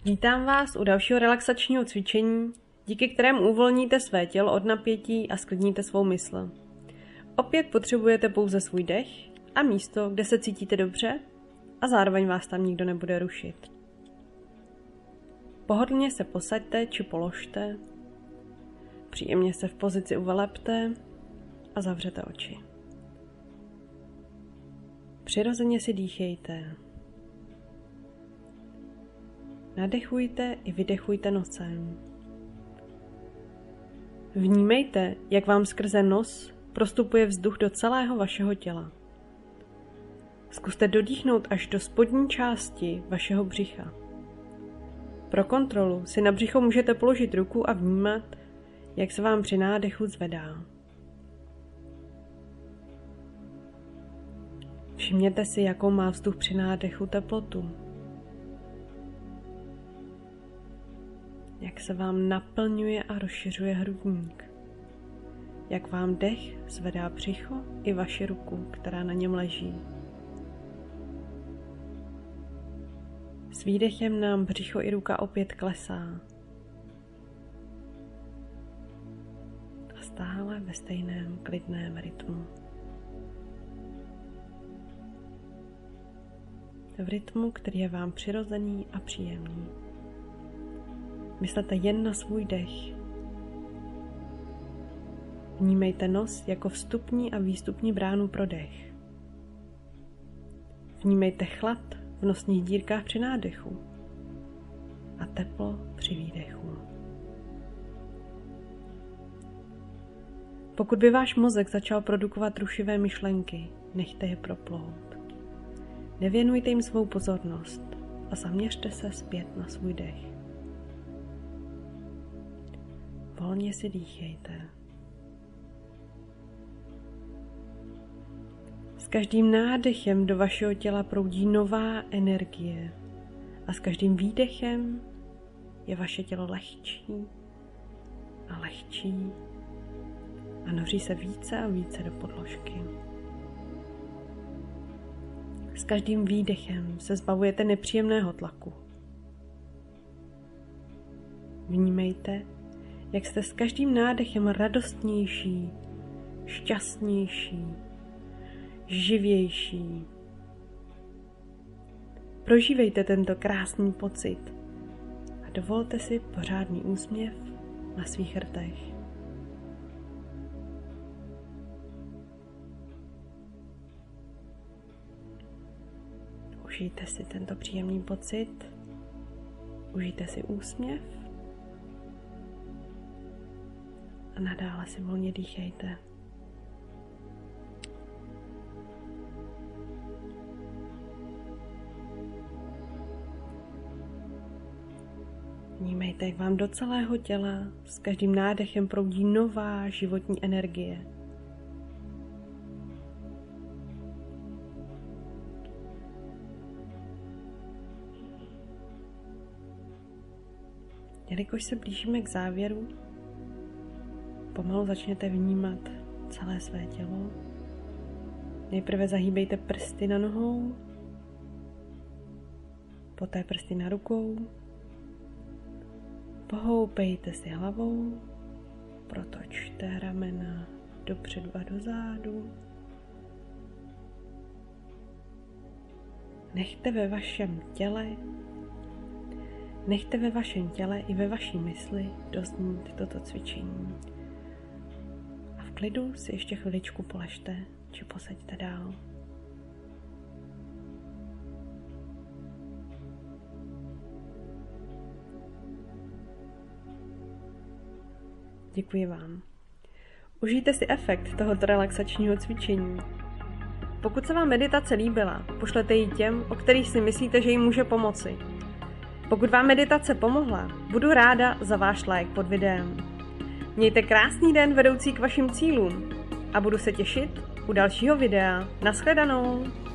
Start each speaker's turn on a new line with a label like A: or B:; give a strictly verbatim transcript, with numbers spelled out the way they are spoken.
A: Vítám vás u dalšího relaxačního cvičení, díky kterému uvolníte své tělo od napětí a sklidníte svou mysl. Opět potřebujete pouze svůj dech a místo, kde se cítíte dobře a zároveň vás tam nikdo nebude rušit. Pohodlně se posaďte či položte, příjemně se v pozici uvelepte a zavřete oči. Přirozeně si dýchejte. Nadechujte i vydechujte nosem. Vnímejte, jak vám skrze nos prostupuje vzduch do celého vašeho těla. Zkuste dodýchnout až do spodní části vašeho břicha. Pro kontrolu si na břicho můžete položit ruku a vnímat, jak se vám při nádechu zvedá. Všimněte si, jakou má vzduch při nádechu teplotu. Jak se vám naplňuje a rozšiřuje hrudník. Jak vám dech zvedá břicho i vaši ruku, která na něm leží. S výdechem nám břicho i ruka opět klesá. A stále ve stejném klidném rytmu. V rytmu, který je vám přirozený a příjemný. Myslete jen na svůj dech. Vnímejte nos jako vstupní a výstupní bránu pro dech. Vnímejte chlad v nosních dírkách při nádechu a teplo při výdechu. Pokud by váš mozek začal produkovat rušivé myšlenky, nechte je proplout. Nevěnujte jim svou pozornost a zaměřte se zpět na svůj dech. Volně si dýchejte. S každým nádechem do vašeho těla proudí nová energie a s každým výdechem je vaše tělo lehčí a lehčí a noří se více a více do podložky. S každým výdechem se zbavujete nepříjemného tlaku. Vnímejte, jak jste s každým nádechem radostnější, šťastnější, živější. Prožívejte tento krásný pocit a dovolte si pořádný úsměv na svých rtech. Užijte si tento příjemný pocit, užijte si úsměv a nadále si volně dýchejte. Vnímejte, jak vám do celého těla s každým nádechem proudí nová životní energie. Jelikož se blížíme k závěru, pomalu začněte vnímat celé své tělo. Nejprve zahýbejte prsty na nohou, poté prsty na rukou. Pohoupejte si hlavou, protočte ramena dopředu a dozadu. Nechte ve vašem těle, nechte ve vašem těle i ve vaší mysli doznít toto cvičení. A v klidu si ještě chviličku poležte či posaďte dál. Děkuji vám. Užijte si efekt tohoto relaxačního cvičení. Pokud se vám meditace líbila, pošlete ji těm, o kterých si myslíte, že jim může pomoci. Pokud vám meditace pomohla, budu ráda za váš like pod videem. Mějte krásný den vedoucí k vašim cílům a budu se těšit u dalšího videa. Nashledanou!